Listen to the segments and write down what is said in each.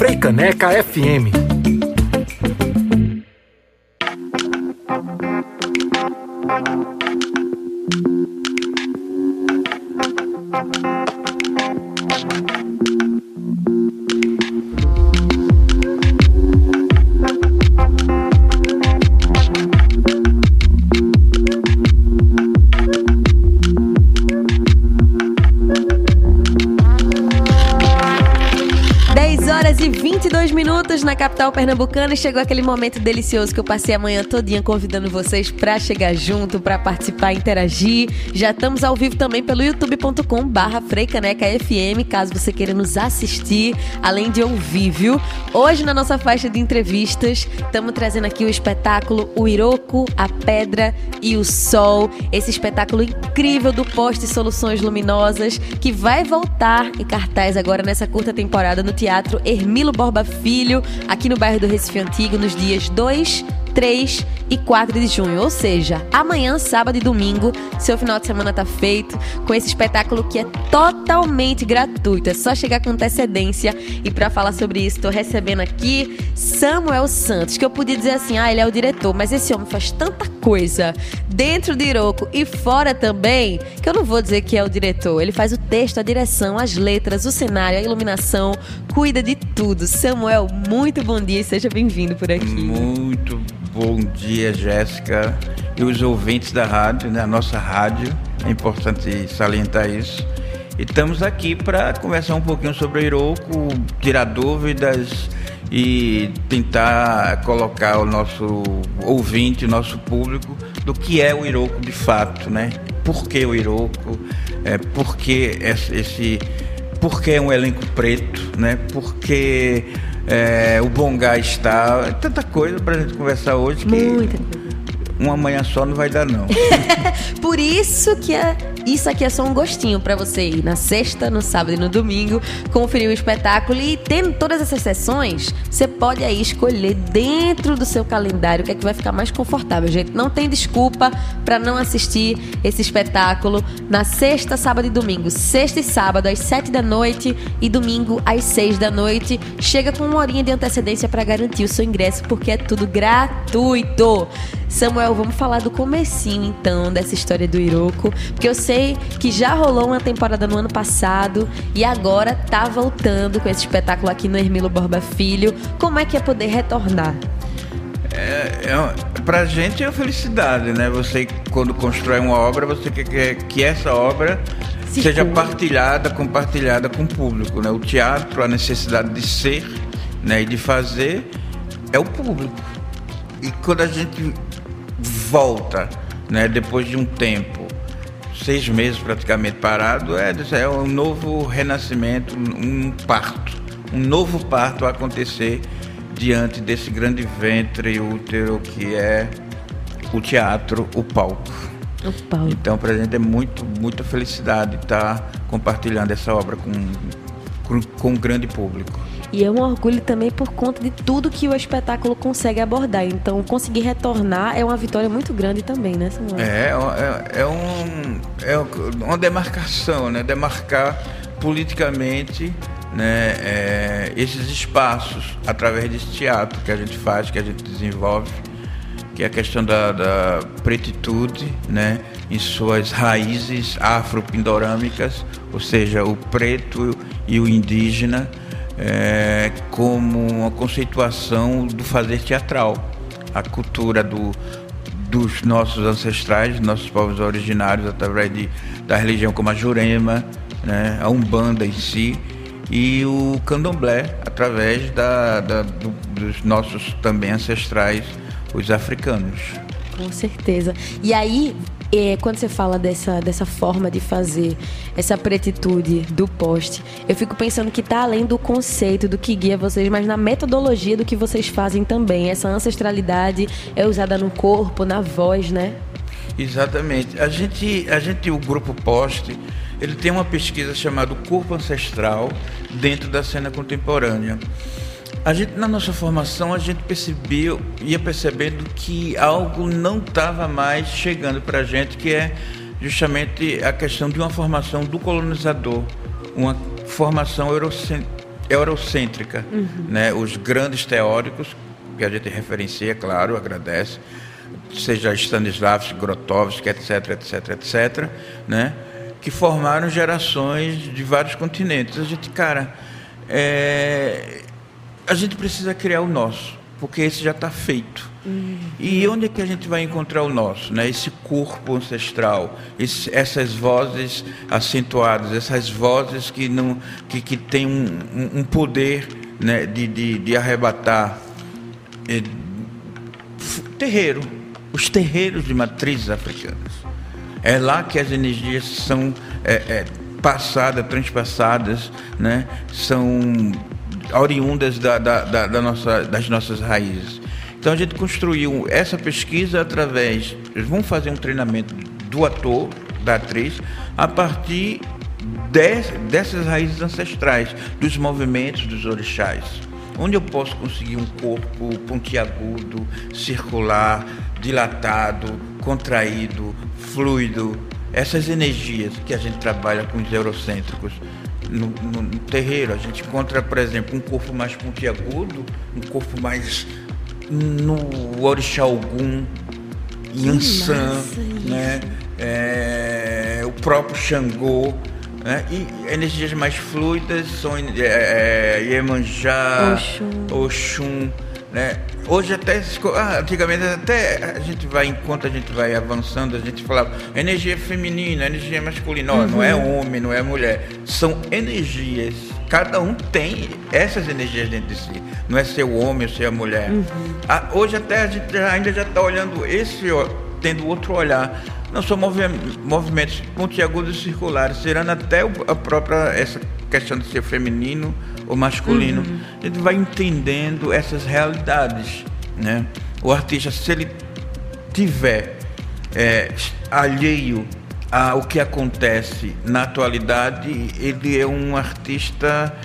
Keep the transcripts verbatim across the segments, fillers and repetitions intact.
Freicaneca F M. Minutos na capital pernambucana e chegou aquele momento delicioso que eu passei a manhã todinha convidando vocês pra chegar junto, pra participar, interagir. Já estamos ao vivo também pelo youtube ponto com barra Freicaneca F M, caso você queira nos assistir, além de ouvir, viu? Hoje na nossa faixa de entrevistas, estamos trazendo aqui o espetáculo O Iroko, a Pedra e o Sol, esse espetáculo incrível do Poste Soluções Luminosas, que vai voltar em cartaz agora nessa curta temporada no Teatro Hermilo Borba Filho, aqui no bairro do Recife Antigo, nos dias dois, três e quatro de junho, ou seja, amanhã, sábado e domingo, seu final de semana tá feito com esse espetáculo que é totalmente gratuito, é só chegar com antecedência. E para falar sobre isso, tô recebendo aqui Samuel Santos, que eu podia dizer assim, ah, ele é o diretor, mas esse homem faz tanta coisa dentro de Iroko e fora também, que eu não vou dizer que é o diretor, ele faz o texto, a direção, as letras, o cenário, a iluminação, cuida de tudo. Samuel, muito bom dia e seja bem-vindo por aqui. Muito bom dia, Jéssica, e os ouvintes da rádio, né? A nossa rádio, é importante salientar isso. E estamos aqui para conversar um pouquinho sobre o Iroko, tirar dúvidas e tentar colocar o nosso ouvinte, o nosso público, do que é o Iroko de fato, né? Por que o Iroko? É, por que esse... Por que é um elenco preto, né? Por que é, o Bongá está... Tanta coisa para a gente conversar hoje que... Muita coisa. Uma manhã só não vai dar, não. Por isso que é, isso aqui é só um gostinho pra você ir na sexta, no sábado e no domingo, conferir o espetáculo. E tendo todas essas sessões, você pode aí escolher dentro do seu calendário o que é que vai ficar mais confortável, gente. Não tem desculpa pra não assistir esse espetáculo na sexta, sábado e domingo. Sexta e sábado às sete da noite e domingo às seis da noite. Chega com uma horinha de antecedência pra garantir o seu ingresso, porque é tudo gratuito. Samuel, vamos falar do comecinho, então, dessa história do Iroko, porque eu sei que já rolou uma temporada no ano passado e agora tá voltando com esse espetáculo aqui no Hermilo Borba Filho. Como é que é poder retornar? É, é, pra gente é uma felicidade, né? Você, quando constrói uma obra, você quer que essa obra Se seja for. partilhada, compartilhada com o público, né? O teatro, a necessidade de ser, né, e de fazer, é o público. E quando a gente volta, né, depois de um tempo, seis meses praticamente parado, é, é um novo renascimento, um parto, um novo parto a acontecer diante desse grande ventre útero que é o teatro, o palco. O palco. Então, para a gente é muito, muita felicidade estar compartilhando essa obra com, com, com um grande público. E é um orgulho também por conta de tudo que o espetáculo consegue abordar. Então, conseguir retornar é uma vitória muito grande também, né, Samuel? É, é, é, um, é uma demarcação, né? Demarcar politicamente, né, é, esses espaços através desse teatro que a gente faz, que a gente desenvolve, que é a questão da, da pretitude, né, em suas raízes afro-pindorâmicas, ou seja, o preto e o indígena, É, como uma conceituação do fazer teatral, a cultura do, dos nossos ancestrais, dos nossos povos originários, através de, da religião como a Jurema, né, a Umbanda em si, e o Candomblé, através da, da, do, dos nossos também ancestrais, os africanos. Com certeza. E aí, é, quando você fala dessa, dessa forma de fazer, essa pretitude do poste, eu fico pensando que está além do conceito, do que guia vocês, mas na metodologia do que vocês fazem também. Essa ancestralidade é usada no corpo, na voz, né? Exatamente. A gente, a gente, o Grupo Poste, ele tem uma pesquisa chamada Corpo Ancestral dentro da cena contemporânea. A gente, na nossa formação, a gente percebeu, ia percebendo que algo não estava mais chegando para a gente, que é justamente a questão de uma formação do colonizador, uma formação eurocent... eurocêntrica, uhum. né? Os grandes teóricos, que a gente referencia, claro, agradece, seja Stanislavski, Grotowski, etc, etc, etc, né? Que formaram gerações de vários continentes. A gente, cara, é... a gente precisa criar o nosso, porque esse já está feito. Uhum. E onde é que a gente vai encontrar o nosso, né? Esse corpo ancestral, esse, essas vozes acentuadas, essas vozes que não, que, que têm um, um poder, né? de, de, de arrebatar é, terreiro, os terreiros de matrizes africanas. É lá que as energias são é, é, passadas, transpassadas, né? São oriundas da, da, da, da nossa, das nossas raízes. Então a gente construiu essa pesquisa através, eles vão fazer um treinamento do ator, da atriz, a partir de, dessas raízes ancestrais, dos movimentos dos orixás. Onde eu posso conseguir um corpo pontiagudo, circular, dilatado, contraído, fluido, essas energias que a gente trabalha com os eurocêntricos. No, no, no terreiro, a gente encontra, por exemplo, um corpo mais pontiagudo, um corpo mais no orixá Ogum, Yansan, né? É, o próprio Xangô, né? E energias mais fluidas são é, é, Iemanjá, Oxum, Oxum, né? Hoje até, ah, antigamente até a gente vai, enquanto a gente vai avançando, a gente falava energia feminina, energia masculina, uhum. Não é homem, não é mulher, são energias, cada um tem essas energias dentro de si, não é ser o homem ou ser a mulher. Uhum. Ah, hoje até a gente ainda já está olhando esse, tendo outro olhar, não são movimentos pontiagudos e circulares, tirando até a própria, essa questão de ser feminino ou masculino, uhum. A gente vai entendendo essas realidades, né? O artista, se ele tiver é, alheio ao que acontece na atualidade, ele é um artista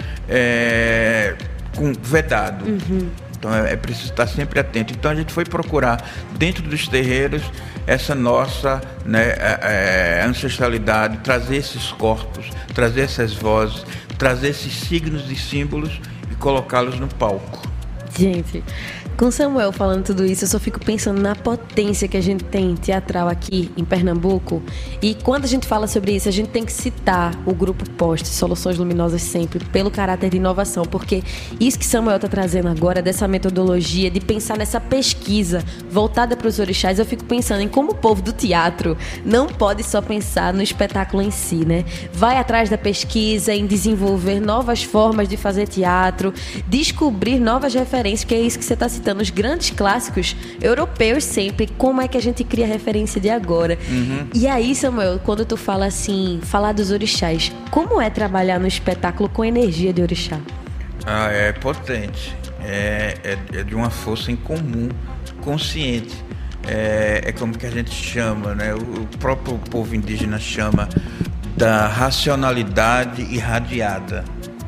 é, com vedado. Uhum. Então é, é preciso estar sempre atento. Então a gente foi procurar dentro dos terreiros essa nossa, né, é, ancestralidade, trazer esses corpos, trazer essas vozes, trazer esses signos e símbolos e colocá-los no palco. Gente, com Samuel falando tudo isso, eu só fico pensando na potência que a gente tem teatral aqui em Pernambuco. E quando a gente fala sobre isso, a gente tem que citar o Grupo Poste, Soluções Luminosas sempre, pelo caráter de inovação, porque isso que Samuel está trazendo agora, dessa metodologia, de pensar nessa pesquisa voltada para os orixás, eu fico pensando em como o povo do teatro não pode só pensar no espetáculo em si, né? Vai atrás da pesquisa, em desenvolver novas formas de fazer teatro, descobrir novas referências, que é isso que você está citando, os grandes clássicos europeus sempre, como é que a gente cria referência de agora. Uhum. E aí, Samuel, quando tu fala assim, falar dos orixás, como é trabalhar no espetáculo com energia de orixá? Ah, é potente, é, é, é de uma força incomum, consciente, é, é como que a gente chama, né? O próprio povo indígena chama da racionalidade irradiada.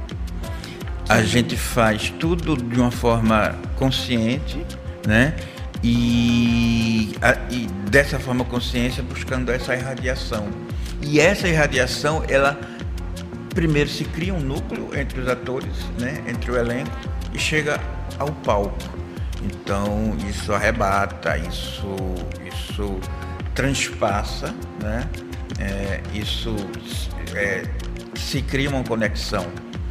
A gente faz tudo de uma forma consciente, né? E, a, e dessa forma consciência buscando essa irradiação. E essa irradiação, ela primeiro se cria um núcleo entre os atores, né? Entre o elenco, e chega ao palco. Então isso arrebata, isso, isso transpassa, né? É, isso é, se cria uma conexão.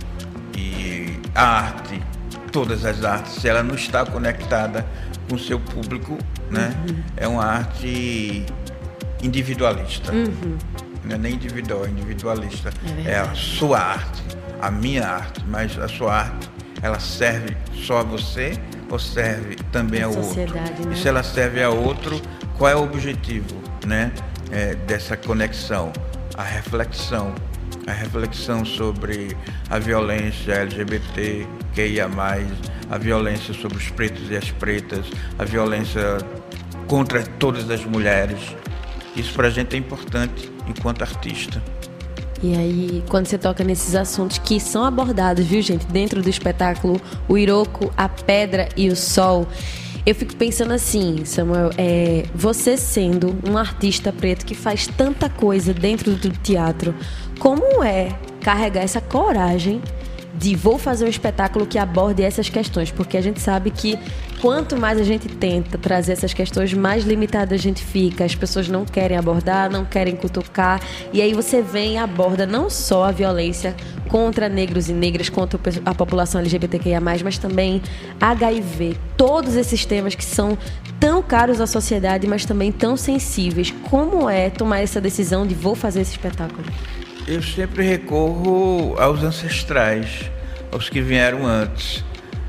E a arte, todas as artes, se ela não está conectada com o seu público, né? Uhum. É uma arte individualista. Uhum. Não é nem individual, é individualista. É, é a sua arte, a minha arte, mas a sua arte, ela serve só a você ou serve também a outro? Né? E se ela serve a outro, qual é o objetivo, né? É, dessa conexão? A reflexão. A reflexão sobre a violência L G B T Q I A mais, a violência sobre os pretos e as pretas, a violência contra todas as mulheres. Isso para a gente é importante enquanto artista. E aí, quando você toca nesses assuntos que são abordados, viu, gente, dentro do espetáculo O Iroko, a Pedra e o Sol, eu fico pensando assim, Samuel, é, você sendo um artista preto que faz tanta coisa dentro do teatro, como é carregar essa coragem de vou fazer um espetáculo que aborde essas questões, porque a gente sabe que quanto mais a gente tenta trazer essas questões, mais limitada a gente fica, as pessoas não querem abordar, não querem cutucar, e aí você vem e aborda não só a violência contra negros e negras, contra a população L G B T Q I A mais, mas também H I V, todos esses temas que são tão caros à sociedade, mas também tão sensíveis. Como é tomar essa decisão de vou fazer esse espetáculo? Eu sempre recorro aos ancestrais, aos que vieram antes.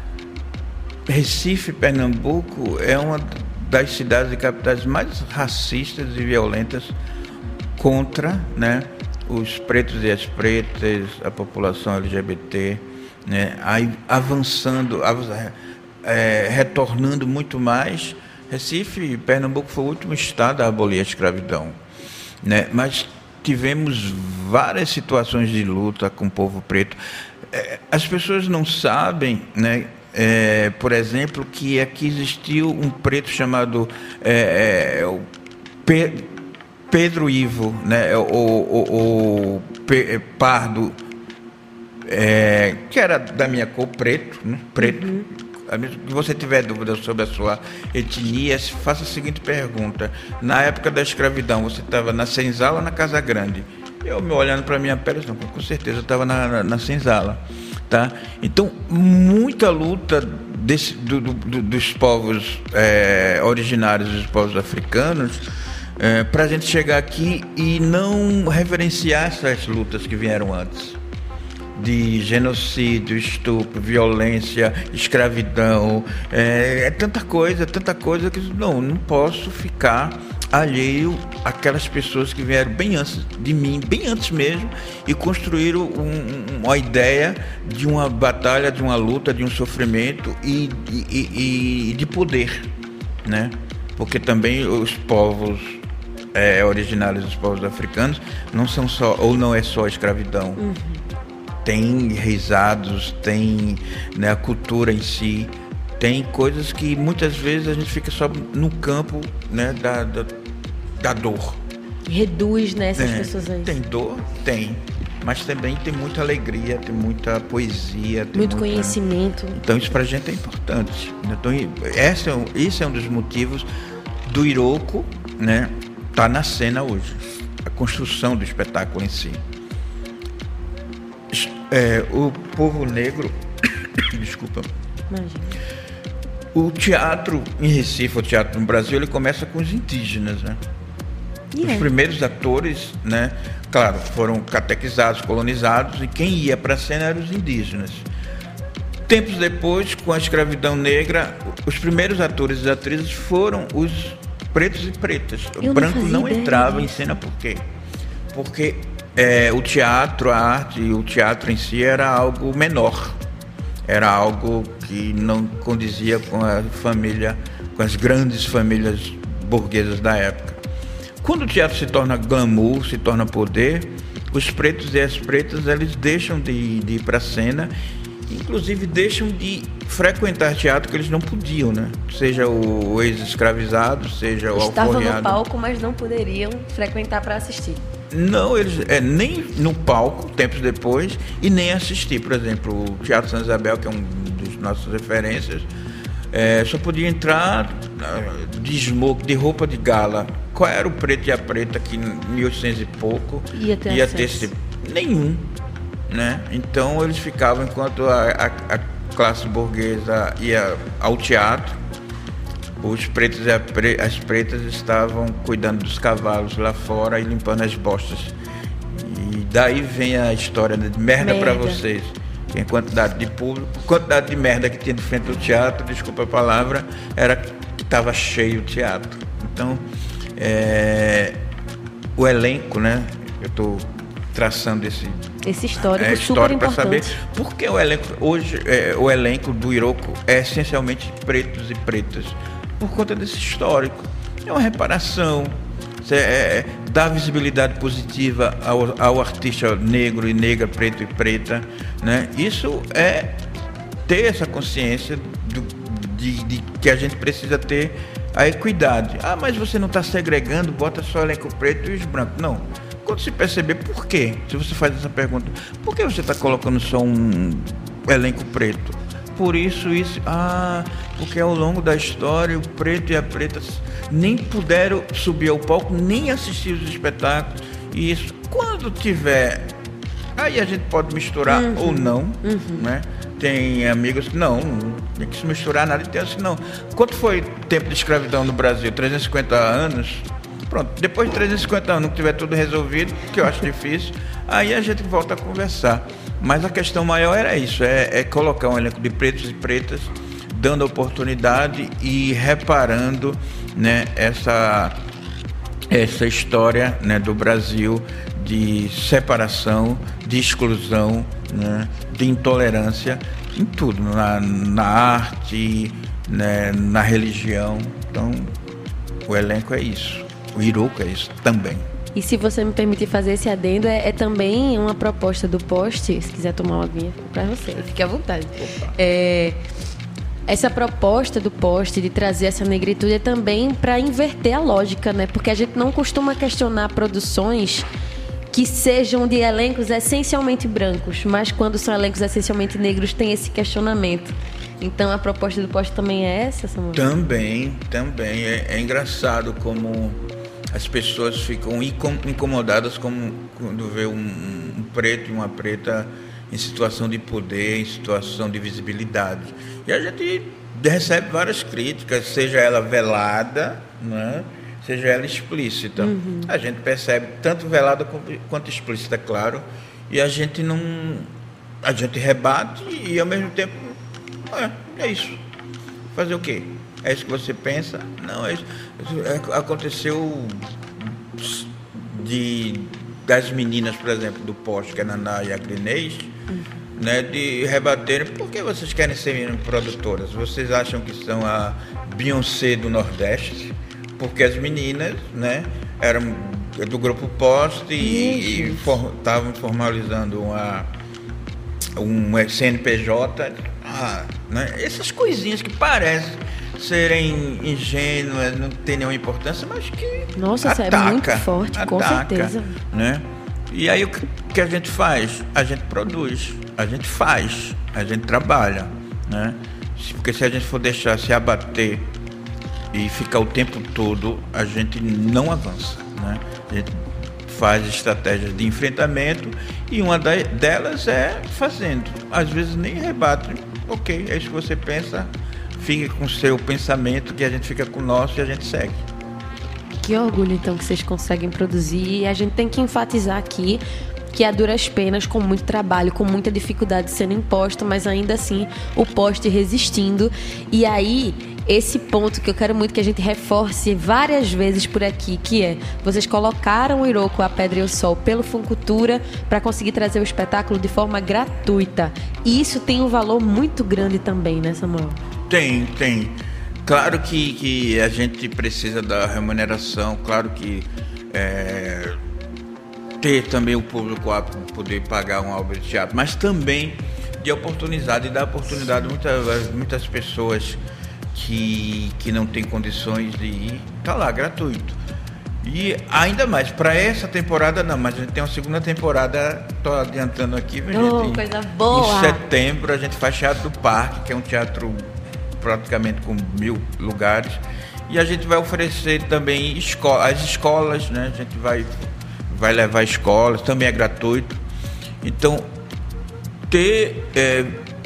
Recife, Pernambuco, é uma das cidades e capitais mais racistas e violentas contra, né, os pretos e as pretas, a população L G B T, né, aí avançando, é, retornando muito mais. Recife, Pernambuco foi o último estado a abolir a escravidão, né, mas tivemos várias situações de luta com o povo preto. É, as pessoas não sabem, né, é, por exemplo, que aqui existiu um preto chamado é, é, o Pe Pedro Ivo, né, o, o, o Pe Pardo, é, que era da minha cor, preto, né, preto. Uhum. Se você tiver dúvida sobre a sua etnia, faça a seguinte pergunta: na época da escravidão, você estava na senzala ou na casa grande? Eu me olhando para a minha pele, não, com certeza eu estava na, na, na senzala, tá? Então, muita luta desse, do, do, dos povos é, originários, dos povos africanos, é, para a gente chegar aqui e não reverenciar essas lutas que vieram antes. De genocídio, estupro, violência, escravidão, é, é tanta coisa, tanta coisa que não, não posso ficar alheio àquelas pessoas que vieram bem antes de mim, bem antes mesmo, e construíram um, uma ideia de uma batalha, de uma luta, de um sofrimento e, e, e, e de poder, né? Porque também os povos é, originários dos povos africanos não são só, ou não é só escravidão. Uhum. Tem risados, tem, né, a cultura em si, tem coisas que muitas vezes a gente fica só no campo, né, da, da, da dor. Reduz, né, essas é, pessoas aí. Tem dor? Tem. Mas também tem muita alegria, tem muita poesia. Tem muito muita... conhecimento. Então isso pra gente é importante. Então esse é, um, esse é um dos motivos do Iroko, né, tá na cena hoje. A construção do espetáculo em si. É, o povo negro, desculpa, imagina. O teatro em Recife, o teatro no Brasil, ele começa com os indígenas, né? Yeah. Os primeiros atores, né, claro, foram catequizados, colonizados, e quem ia para a cena eram os indígenas. Tempos depois, com a escravidão negra, os primeiros atores e atrizes foram os pretos e pretas. O branco não, não entrava em cena, por quê? Porque É, o teatro, a arte, o teatro em si era algo menor, era algo que não condizia com a família, com as grandes famílias burguesas da época. Quando o teatro se torna glamour, se torna poder, os pretos e as pretas, eles deixam de, de ir para a cena, inclusive deixam de frequentar teatro que eles não podiam, né? Seja o ex-escravizado, seja o alforriado. Estavam no palco, mas não poderiam frequentar para assistir. Não, eles é, nem no palco, tempos depois, e nem assistir. Por exemplo, o Teatro Santa Isabel, que é um dos nossas referências, é, só podia entrar de smoke, de roupa de gala. Qual era o preto e a preta que em mil e oitocentos e pouco ia ter, ia ter esse... Nenhum, né? Então eles ficavam enquanto a, a, a classe burguesa ia ao teatro. Os pretos e as pretas estavam cuidando dos cavalos lá fora e limpando as bostas. E daí vem a história de merda, merda. para vocês. Tem quantidade de público, quantidade de merda que tinha de frente ao teatro, desculpa a palavra, era que estava cheio o teatro. Então, é, o elenco, né? Eu estou traçando esse, esse histórico é, super importante para saber por que o elenco hoje, é, o elenco do Iroko é essencialmente pretos e pretas. Por conta desse histórico. É uma reparação, é, dá visibilidade positiva ao, ao artista negro e negra, preto e preta, né? Isso é ter essa consciência do, de, de que a gente precisa ter a equidade. Ah, mas você não está segregando, bota só elenco preto e os brancos. Não, Quando se perceber, por quê? Se você faz essa pergunta, por que você está colocando só um elenco preto? Por isso, isso... Ah, porque ao longo da história, o preto e a preta nem puderam subir ao palco, nem assistir os espetáculos. E isso, quando tiver... Aí a gente pode misturar uhum. ou não, uhum. né? Tem amigos que não, não tem que se misturar nada, e tem assim, não. Quanto foi o tempo de escravidão no Brasil? trezentos e cinquenta anos? Pronto, depois de trezentos e cinquenta anos, que tiver tudo resolvido, que eu acho difícil, aí a gente volta a conversar. Mas a questão maior era isso, é, é colocar um elenco de pretos e pretas, dando oportunidade e reparando, né, essa, essa história, né, do Brasil de separação, de exclusão, né, de intolerância em tudo, na, na arte, né, na religião. Então, o elenco é isso, o Iroko é isso também. E se você me permitir fazer esse adendo, é, é também uma proposta do Poste, se quiser tomar uma aguinha para você, fique à vontade. É, essa proposta do Poste de trazer essa negritude é também para inverter a lógica, né? Porque a gente não costuma questionar produções que sejam de elencos essencialmente brancos, mas quando são elencos essencialmente negros tem esse questionamento. Então a proposta do Poste também é essa, Samuel? Também, também. É, é engraçado como as pessoas ficam incomodadas como quando vê um, um preto e uma preta em situação de poder, em situação de visibilidade. E a gente recebe várias críticas, seja ela velada, né? Seja ela explícita. Uhum. A gente percebe tanto velada quanto explícita, claro, e a gente não... A gente rebate e, ao mesmo tempo, é, é isso. Fazer o quê? É isso que você pensa? Não, é isso. Aconteceu de, das meninas, por exemplo, do Poste, que é a Naná e a Grinês, uhum. né, de rebaterem, por que vocês querem ser produtoras? Vocês acham que são a Beyoncé do Nordeste? Porque as meninas, né, eram do grupo Poste e estavam for, formalizando uma, um C N P J. Ah, né, essas coisinhas que parecem serem ingênuas, não tem nenhuma importância, mas que Nossa, ataca, é muito forte, ataca, com certeza. Né? E aí o que a gente faz? A gente produz, a gente faz, a gente trabalha, né? Porque se a gente for deixar se abater e ficar o tempo todo, a gente não avança, né? A gente faz estratégias de enfrentamento e uma delas é fazendo. Às vezes nem rebate. Ok, é isso que você pensa, fique com o seu pensamento, que a gente fica com o nosso e a gente segue. Que orgulho, então, que vocês conseguem produzir. E a gente tem que enfatizar aqui que a duras penas, com muito trabalho, com muita dificuldade sendo imposto, mas ainda assim o Poste resistindo. E aí, esse ponto que eu quero muito que a gente reforce várias vezes por aqui, que é, vocês colocaram o Iroko, a Pedra e o Sol pelo Funcultura para conseguir trazer o espetáculo de forma gratuita. E isso tem um valor muito grande também, né, Samuel? Tem, tem. Claro que, que a gente precisa da remuneração, claro que é, ter também o público a poder pagar uma obra de teatro, mas também de oportunidade, e dar oportunidade a muitas, muitas pessoas que, que não têm condições de ir, tá lá, gratuito. E ainda mais, para essa temporada não, mas a gente tem uma segunda temporada, estou adiantando aqui, oh, gente, coisa boa. Em setembro a gente faz Teatro do Parque, que é um teatro praticamente com mil lugares, e a gente vai oferecer também escola, as escolas, né? A gente vai, vai levar escolas, também é gratuito. Então, ter, é,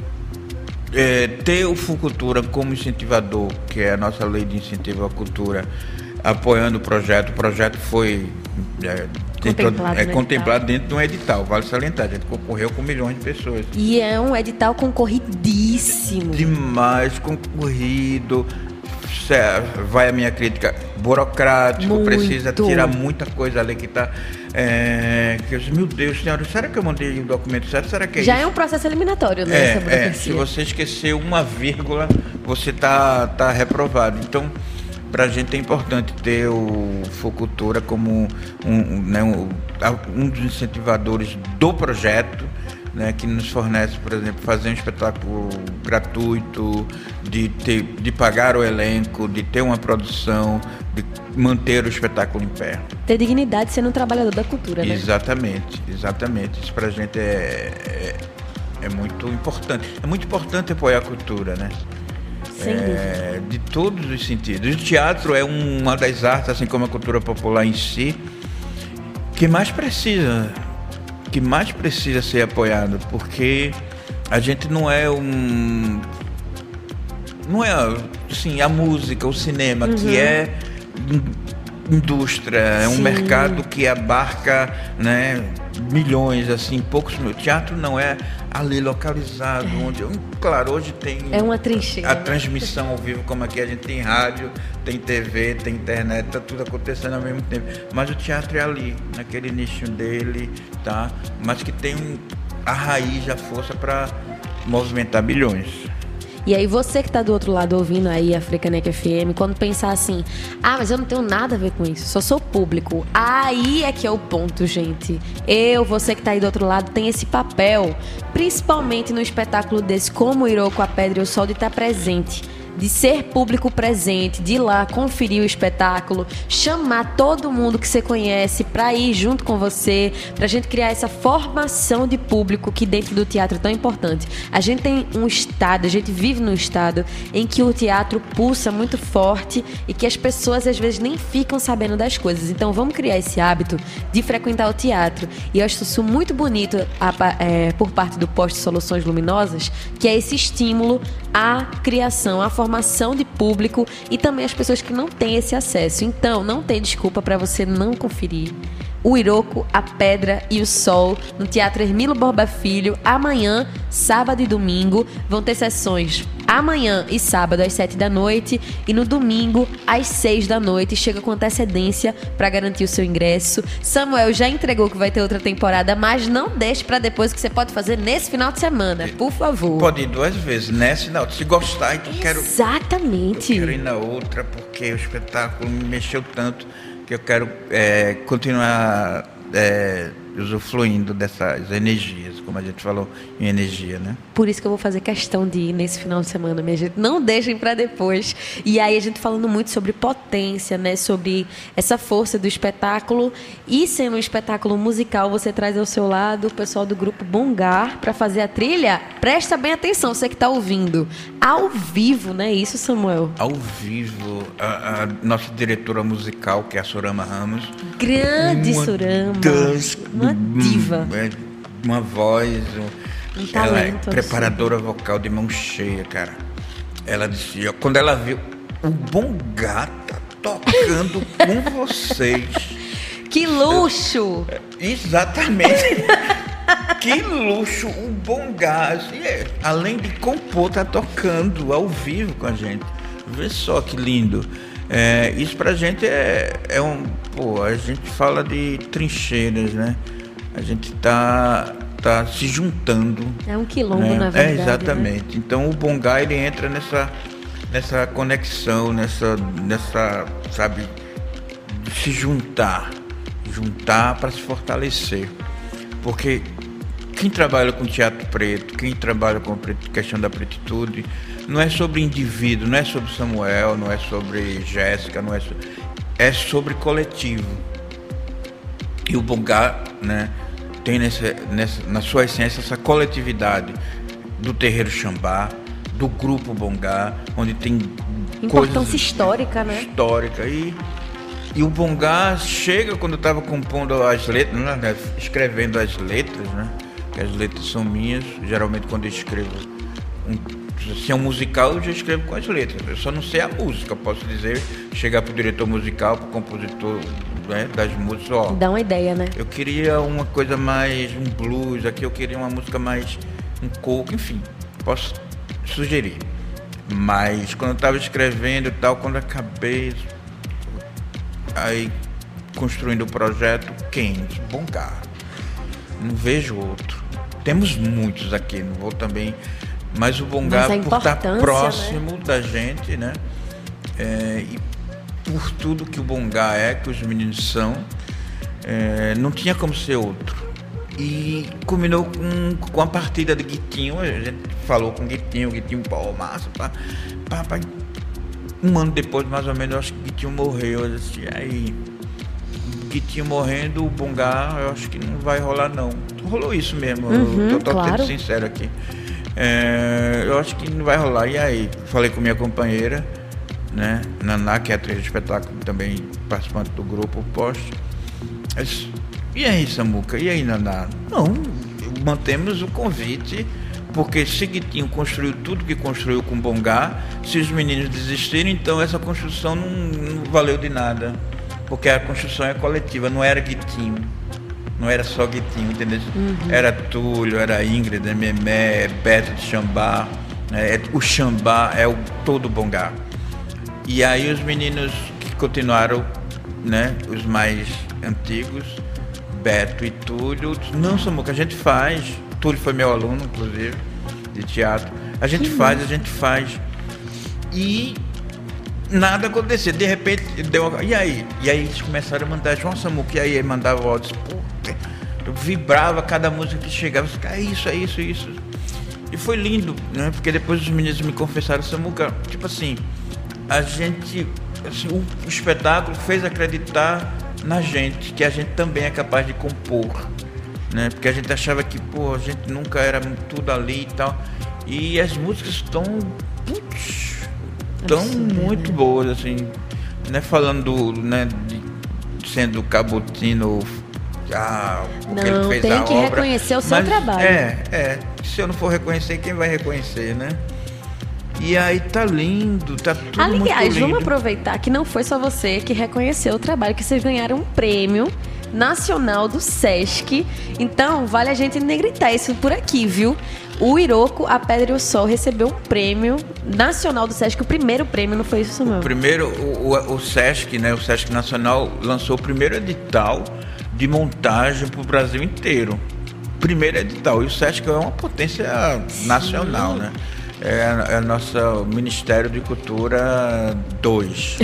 é, ter o Funcultura como incentivador, que é a nossa lei de incentivo à cultura, apoiando o projeto, o projeto foi é, dentro, contemplado, é, contemplado dentro de um edital, vale salientar, a gente concorreu com milhões de pessoas. E é um edital concorridíssimo. Demais, concorrido. Vai a minha crítica, burocrático, muito. Precisa tirar muita coisa ali que está... É, que eu disse, meu Deus, senhora, será que eu mandei o documento certo? Será que é Já isso? é um processo eliminatório, né? É, essa burocracia. É, se você esquecer uma vírgula, você está tá reprovado. Então, para a gente é importante ter o Funcultura como um, um, né, um, um dos incentivadores do projeto, né, que nos fornece, por exemplo, fazer um espetáculo gratuito, de, ter, de pagar o elenco, de ter uma produção, de manter o espetáculo em pé. Ter dignidade sendo um trabalhador da cultura, né? Exatamente, exatamente. Isso pra gente é, é, é muito importante. É muito importante apoiar a cultura, né? Sem é, dúvida. De todos os sentidos. O teatro é uma das artes, assim como a cultura popular em si, que mais precisa, que mais precisa ser apoiado, porque a gente não é um... Não é, assim, a música, o cinema, uhum. que é indústria, é um Sim. mercado que abarca, né, milhões, assim, poucos mil. O teatro não é ali localizado, é. onde, claro, hoje tem é uma trincheira, a transmissão ao vivo, como aqui a gente tem rádio, tem T V, tem internet, tá tudo acontecendo ao mesmo tempo. Mas o teatro é ali, naquele nicho dele, tá? Mas que tem um, a raiz, a força para movimentar bilhões. E aí você que tá do outro lado ouvindo aí a Frecaneca F M, quando pensar assim, ah, mas eu não tenho nada a ver com isso, só sou público. Aí é que é o ponto, gente. Eu, você que tá aí do outro lado, tem esse papel, principalmente no espetáculo desse, como o Irô com a Pedra e o Sol, de estar presente, de ser público presente, de ir lá conferir o espetáculo, chamar todo mundo que você conhece para ir junto com você, pra gente criar essa formação de público que dentro do teatro é tão importante. A gente tem um estado, a gente vive num estado em que o teatro pulsa muito forte e que as pessoas às vezes nem ficam sabendo das coisas. Então vamos criar esse hábito de frequentar o teatro. E eu acho isso muito bonito a, é, por parte do Posto Soluções Luminosas, que é esse estímulo à criação, à formação formação de público e também as pessoas que não têm esse acesso. Então, não tem desculpa para você não conferir o Iroko, a Pedra e o Sol no Teatro Hermílio Borba Filho. Amanhã, sábado e domingo, vão ter sessões amanhã e sábado às sete da noite e no domingo às seis da noite. Chega com antecedência para garantir o seu ingresso. Samuel já entregou que vai ter outra temporada, mas não deixe para depois, que você pode fazer nesse final de semana, por favor. Pode ir duas vezes, nessa e na outra. Se gostar, então quero... Exatamente. Eu quero ir na outra, porque o espetáculo me mexeu tanto que eu quero é, continuar é, usufruindo dessas energias, como a gente falou em energia, né? Por isso que eu vou fazer questão de ir nesse final de semana, minha gente. Não deixem para depois. E aí a gente falando muito sobre potência, né? Sobre essa força do espetáculo. E sendo um espetáculo musical, você traz ao seu lado o pessoal do grupo Bongar para fazer a trilha. Presta bem atenção, você que está ouvindo. Ao vivo, né? Isso, Samuel? Ao vivo. A, a nossa diretora musical, que é a Sorama Ramos. Grande uma Sorama. Das, uma diva. Uma voz... Um talento, ela é preparadora assim. Vocal de mão cheia, cara. Ela disse, quando ela viu o Bongar tá tocando com vocês. Que luxo! Eu, exatamente. Que luxo, o Bongar. Assim, é, além de compor, tá tocando ao vivo com a gente. Vê só que lindo. É, isso pra gente é, é um... Pô, a gente fala de trincheiras, né? A gente tá... tá se juntando. É um quilombo, né? Na verdade. É, exatamente. Né? Então o Bongar, ele entra nessa, nessa conexão, nessa, nessa, sabe, se juntar. Juntar para se fortalecer. Porque quem trabalha com teatro preto, quem trabalha com a questão da pretitude, não é sobre indivíduo, não é sobre Samuel, não é sobre Jéssica, não é, so... é sobre coletivo. E o Bongar, né, tem nessa, nessa, na sua essência essa coletividade do Terreiro Xambá, do Grupo Bongar, onde tem importância coisas histórica, né? Histórica. E, e o Bongar chega, quando eu estava compondo as letras, né, escrevendo as letras, né? Que as letras são minhas. Geralmente quando eu escrevo um, se é um musical, eu já escrevo com as letras. Eu só não sei a música, posso dizer, chegar pro diretor musical, pro compositor, né, das músicas, ó. Dá uma ideia, né? Eu queria uma coisa mais, um blues, aqui eu queria uma música mais, um coco, enfim, posso sugerir. Mas quando eu estava escrevendo e tal, quando eu acabei, aí construindo o projeto, quem? Bongar. Não vejo outro. Temos muitos aqui, não vou também... Mas o Bongar, Mas por estar próximo, né, da gente, né? É, e por tudo que o Bongar é, que os meninos são, é, não tinha como ser outro. E combinou com, com a partida de Guitinho. A gente falou com o Guitinho, o Guitinho, pô, massa, pá, pá, pá. Um ano depois, mais ou menos, eu acho que o Guitinho morreu. Eu disse, aí, Guitinho morrendo, o Bongá, eu acho que não vai rolar, não. Rolou isso mesmo, Uhum, eu tô, tô claro. sendo sincero aqui. É, eu acho que não vai rolar. E aí, falei com minha companheira, né, Naná, que é atriz de espetáculo, também participante do grupo Poste. Disse, e aí, Samuca? E aí, Naná? Não, mantemos o convite, porque se Guitinho construiu tudo que construiu com Bongá, se os meninos desistirem, então essa construção não, não valeu de nada, porque a construção é coletiva, não era Guitinho, não era só Guitinho, entendeu? Uhum. Era Túlio, era Ingrid, Memé, Beto de Xambá, né? O Xambá é o todo Bongá. E aí os meninos que continuaram, né, os mais antigos, Beto e Túlio, não, Samuca, a gente faz. Túlio foi meu aluno, inclusive, de teatro. A gente que faz, bom. a gente faz. E nada aconteceu. De repente, deu uma... E aí? E aí eles começaram a mandar, João Samuca, e aí mandava áudios. Eu vibrava cada música que chegava. É isso, é isso, é isso. E foi lindo, né? Porque depois os meninos me confessaram, Samuca, tipo assim, a gente, assim, o, o espetáculo fez acreditar na gente, que a gente também é capaz de compor, né? Porque a gente achava que, pô, a gente nunca era tudo ali e tal. E as músicas estão, putz, estão muito boas, assim, né? Falando, né, de, sendo Cabotino, ah, não, ele fez tem a que obra, reconhecer o seu mas, trabalho. É, é. Se eu não for reconhecer, quem vai reconhecer, né? E aí tá lindo, tá tudo Aliás, muito lindo. Aliás, vamos aproveitar que não foi só você que reconheceu o trabalho, que vocês ganharam um prêmio nacional do Sesc. Então, vale a gente negritar isso por aqui, viu? O Iroko, a Pedra e o Sol recebeu um prêmio nacional do Sesc, o primeiro prêmio, não foi isso, Samuel? O primeiro, o, o, o Sesc, né, o Sesc Nacional lançou o primeiro edital de montagem pro Brasil inteiro. Primeiro edital. E o Sesc é uma potência Sim. nacional, né? É, é o nosso Ministério de Cultura dois.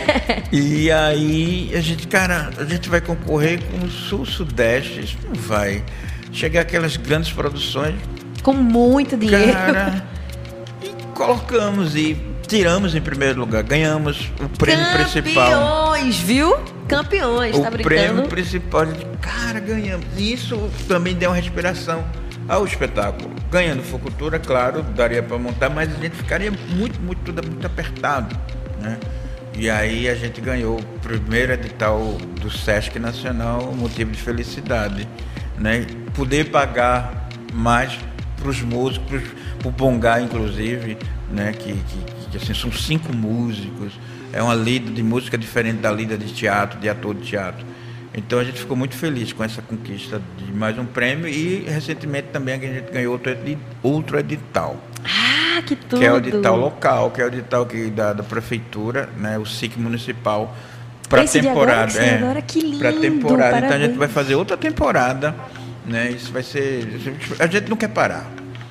E aí, a gente, cara, a gente vai concorrer com o Sul-Sudeste. Isso não vai chegar aquelas grandes produções. Com muito dinheiro. Cara, e colocamos e tiramos em primeiro lugar. Ganhamos o prêmio Campeões, principal. Campeões, viu? Campeões, o tá brincando? O prêmio principal. De, cara, ganhamos. E isso também deu uma respiração ao espetáculo. Ganhando Focultura, claro, daria para montar, mas a gente ficaria muito, muito, tudo muito apertado, né? E aí a gente ganhou o primeiro edital do Sesc Nacional, motivo de felicidade, né? Poder pagar mais para os músicos, para o Bongá, inclusive, né? Que, que, que assim, são cinco músicos, é uma lida de música diferente da lida de teatro, de ator de teatro. Então a gente ficou muito feliz com essa conquista de mais um prêmio e recentemente também a gente ganhou outro, outro edital. Ah, que tudo! Que é o edital local, que é o edital que, da, da prefeitura, né, o S I C municipal, para temporada. Agora, é, agora que lindo! Para temporada. Parabéns. Então a gente vai fazer outra temporada, né? Isso vai ser. A gente não quer parar.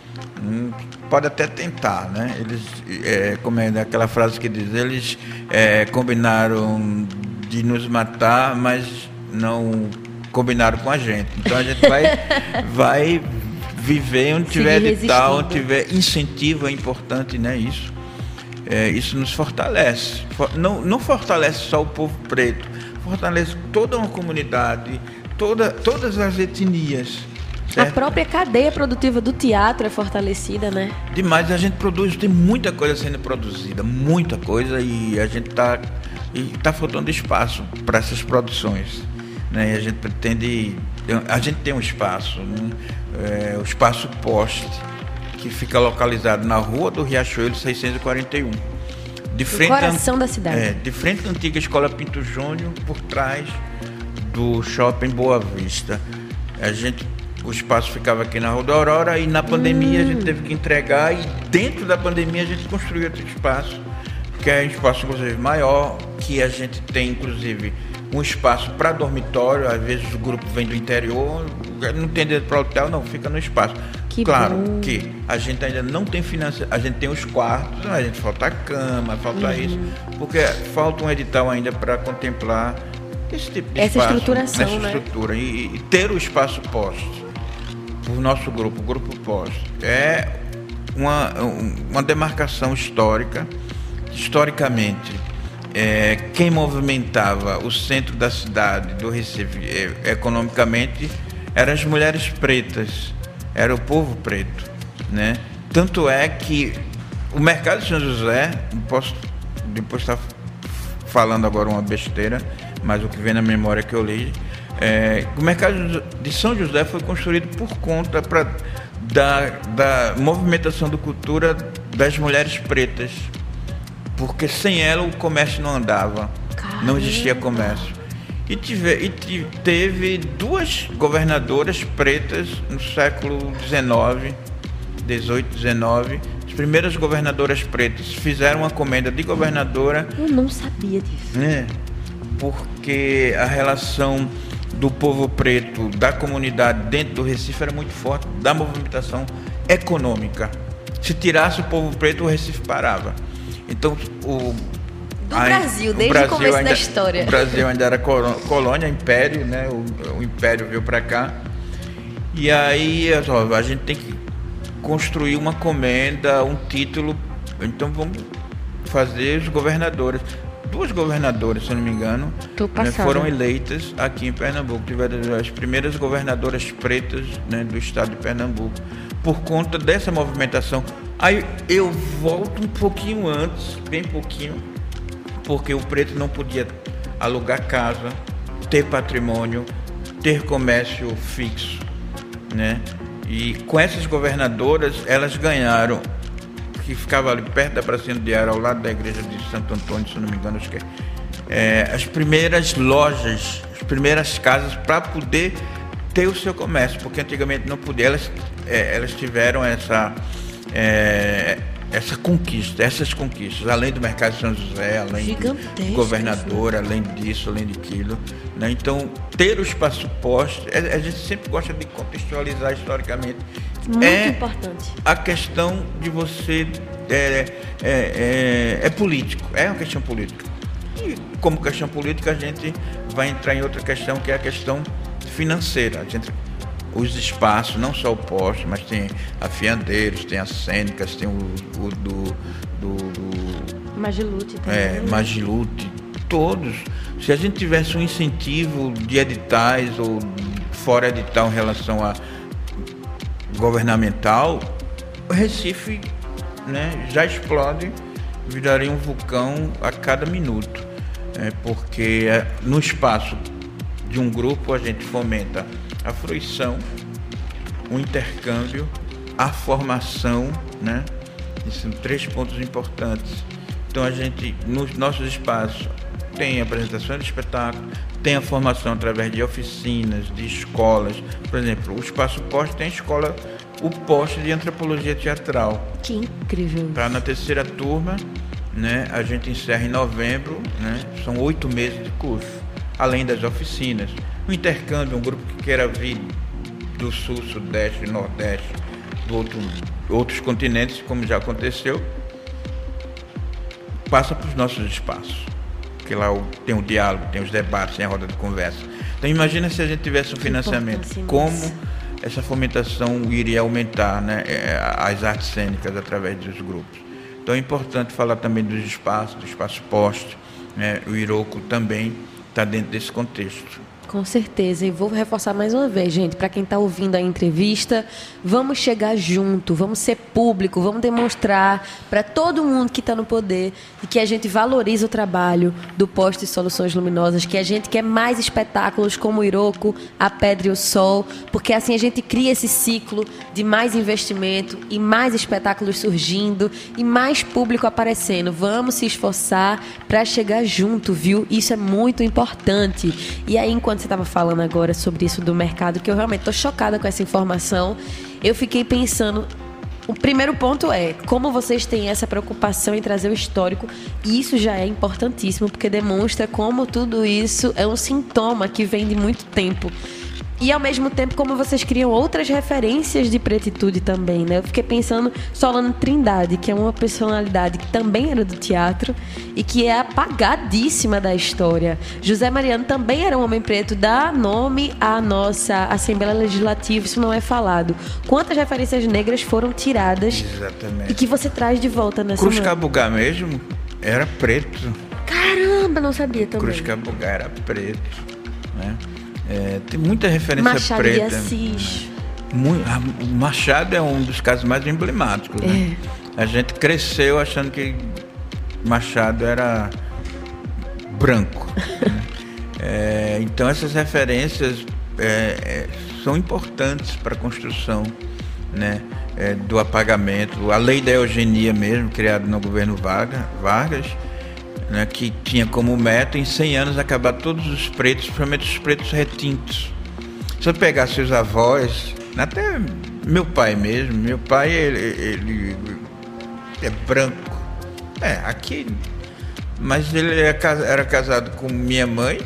Pode até tentar, né? Eles, é, como é aquela frase que diz, eles é, combinaram de nos matar, mas não combinaram com a gente. Então a gente vai, vai viver onde tiver edital, onde tiver incentivo, é importante, né? Isso, é, isso nos fortalece. Não, não fortalece só o povo preto, fortalece toda uma comunidade, toda, todas as etnias. Certo? A própria cadeia produtiva do teatro é fortalecida, né? Demais, a gente produz, tem muita coisa sendo produzida, muita coisa, e a gente está tá faltando espaço para essas produções. Né? E a gente pretende, a gente tem um espaço, né? É, o Espaço Poste, que fica localizado na Rua do Riachuelo seiscentos e quarenta e um. De frente no coração a, da cidade. É, de frente à antiga Escola Pinto Júnior, por trás do Shopping Boa Vista. A gente, o espaço ficava aqui na Rua da Aurora e na pandemia hum. a gente teve que entregar, e dentro da pandemia a gente construiu outro espaço, que é um espaço inclusive maior, que a gente tem inclusive um espaço para dormitório. Às vezes o grupo vem do interior, não tem dinheiro para hotel, não, fica no espaço. Que claro bom. Que a gente ainda não tem financiamento, a gente tem os quartos, a gente falta a cama, falta uhum. isso, porque falta um edital ainda para contemplar esse tipo de essa espaço, estruturação, essa né? estrutura, e, e ter o espaço posto. por nosso grupo, o Grupo Poste, é uma, uma demarcação histórica. Historicamente, é, quem movimentava o centro da cidade do Recife é, economicamente eram as mulheres pretas, era o povo preto, né? Tanto é que o mercado de São José, não posso depois estar falando agora uma besteira, mas o que vem na memória que eu li, é, o mercado de São José foi construído por conta pra, da, da movimentação da cultura das mulheres pretas, porque sem ela o comércio não andava. Caramba. Não existia comércio. E, tive, e teve duas governadoras pretas no século dezenove, dezoito, dezenove. As primeiras governadoras pretas fizeram uma comenda de governadora. Eu não sabia disso. Né? Porque a relação do povo preto, da comunidade dentro do Recife era muito forte, da movimentação econômica. Se tirasse o povo preto, o Recife parava. Então, o do a, Brasil, desde o, Brasil o começo ainda, da história. O Brasil ainda era colônia, império, né? O, o império veio para cá. E aí, ó, a gente tem que construir uma comenda, um título. Então, vamos fazer os governadores. Duas governadoras, se eu não me engano, né, foram eleitas aqui em Pernambuco. Tiveram as primeiras governadoras pretas, né, do estado de Pernambuco, por conta dessa movimentação. Aí eu volto um pouquinho antes, bem pouquinho, porque o preto não podia alugar casa, ter patrimônio, ter comércio fixo, né? E com essas governadoras, elas ganharam, que ficava ali perto da Pracinha do Diário, ao lado da igreja de Santo Antônio, se não me engano, acho que é, é as primeiras lojas, as primeiras casas para poder ter o seu comércio, porque antigamente não podia. Elas, é, elas tiveram essa... É, essa conquista, essas conquistas, além do mercado de São José, além do governador, além disso, além daquilo, né? Então, ter o espaço poste, a gente sempre gosta de contextualizar historicamente. Muito é importante. A questão de você é, é, é, é político, é uma questão política. E como questão política, a gente vai entrar em outra questão, que é a questão financeira. A gente, os espaços, não só o poste, mas tem a Fiandeiros, tem as Cênicas, tem o, o do, do, do Magilute também. É, Magilute, todos. Se a gente tivesse um incentivo de editais ou fora edital em relação a governamental, o Recife, né, já explode, viraria um vulcão a cada minuto. É, porque é, no espaço de um grupo a gente fomenta a fruição, o intercâmbio, a formação, né? Esses são três pontos importantes. Então a gente, nos nossos espaços, tem a apresentação de espetáculo, tem a formação através de oficinas, de escolas. Por exemplo, o Espaço Poste tem a escola, o Poste de Antropologia Teatral. Que incrível. Está na terceira turma, né? A gente encerra em novembro, né? São oito meses de curso, além das oficinas. O intercâmbio, um grupo que queira vir do Sul, Sudeste, Nordeste, do outro, outros continentes, como já aconteceu, passa para os nossos espaços. Porque lá tem o diálogo, tem os debates, tem a roda de conversa. Então imagina se a gente tivesse um financiamento, como essa fomentação iria aumentar, né, as artes cênicas através dos grupos. Então é importante falar também dos espaços, do Espaço Poste, né, o Iroko também está dentro desse contexto. Com certeza, e vou reforçar mais uma vez, gente, para quem está ouvindo a entrevista, vamos chegar junto, vamos ser público, vamos demonstrar para todo mundo que está no poder e que a gente valoriza o trabalho do Poste Soluções Luminosas, que a gente quer mais espetáculos como o Iroko, a Pedra e o Sol, porque assim a gente cria esse ciclo de mais investimento e mais espetáculos surgindo e mais público aparecendo. Vamos se esforçar para chegar junto, viu? Isso é muito importante. E aí, enquanto você estava falando agora sobre isso do mercado, que eu realmente estou chocada com essa informação, eu fiquei pensando, o primeiro ponto é como vocês têm essa preocupação em trazer o histórico, e isso já é importantíssimo, porque demonstra como tudo isso é um sintoma que vem de muito tempo. E ao mesmo tempo, como vocês criam outras referências de pretitude também, né? Eu fiquei pensando Solano Trindade, que é uma personalidade que também era do teatro e que é apagadíssima da história. José Mariano também era um homem preto, dá nome à nossa Assembleia Legislativa, isso não é falado. Quantas referências negras foram tiradas? Exatamente. E que você traz de volta nessa Cruz mão? Cabugá mesmo era preto. Caramba, não sabia também. Cruz Cabugá era preto, né? É, tem muita referência Machado preta. de Assis. Muito, o Machado é um dos casos mais emblemáticos, né? É. A gente cresceu achando que Machado era branco. Né? É, então essas referências é, é, são importantes para a construção, né, é, do apagamento. A lei da eugenia mesmo, criada no governo Vargas, Vargas né, que tinha como meta em cem anos acabar todos os pretos, principalmente os pretos retintos. Se eu pegar seus avós, até meu pai mesmo, meu pai ele, ele é branco, é, aqui, mas ele era casado com minha mãe,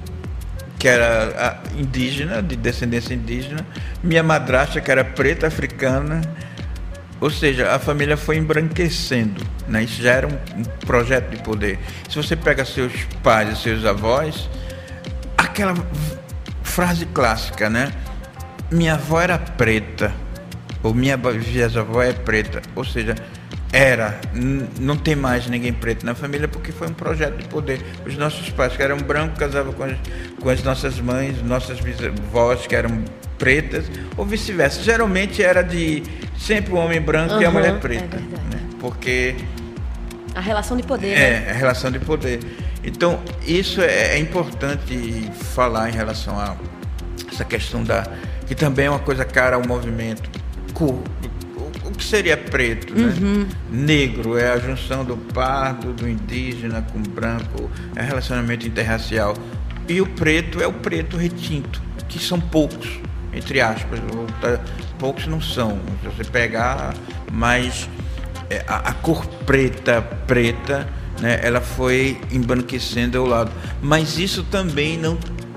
que era indígena, de descendência indígena, minha madrasta, que era preta, africana. Ou seja, a família foi embranquecendo, né? Isso já era um, um projeto de poder. Se você pega seus pais e seus avós, aquela frase clássica, né? Minha avó era preta, ou minha bisavó é preta. Ou seja, era, n- não tem mais ninguém preto na família porque foi um projeto de poder. Os nossos pais, que eram brancos, casavam com as, com as nossas mães, nossas bisavós, que eram pretas, ou vice-versa. Geralmente era de sempre o homem branco uhum, e a mulher preta, é né? Porque a relação de poder, é né? a relação de poder. Então isso é, é importante falar em relação a essa questão da que também é uma coisa cara ao movimento. Cor, o, o que seria preto, né? Uhum. Negro é a junção do pardo, do indígena com o branco, é relacionamento interracial. E o preto é o preto retinto, que são poucos, entre aspas, poucos não são, se você pegar, mas é, a, a cor preta, preta, né, ela foi embranquecendo ao lado, mas isso também não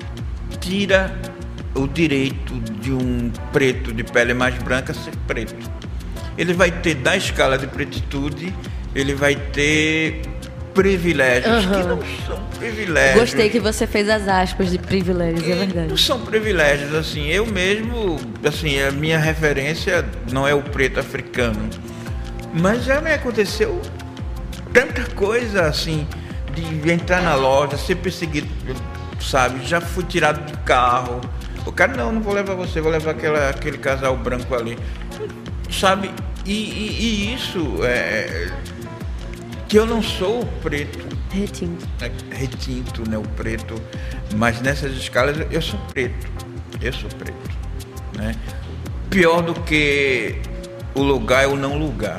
tira o direito de um preto de pele mais branca ser preto. Ele vai ter, da escala de pretitude, ele vai ter privilégios, uhum, que não são privilégios. Gostei que você fez as aspas de privilégios, é verdade. Não são privilégios, assim, eu mesmo, assim, a minha referência não é o preto africano, mas já me aconteceu tanta coisa, assim, de entrar na loja, ser perseguido, sabe, já fui tirado do carro, o cara, não, não vou levar você, vou levar aquela, aquele casal branco ali, sabe, e, e, e isso é... que eu não sou preto. Retinto. É, retinto, né? O preto. Mas nessas escalas eu sou preto. Eu sou preto. Né? Pior do que o lugar é o não lugar.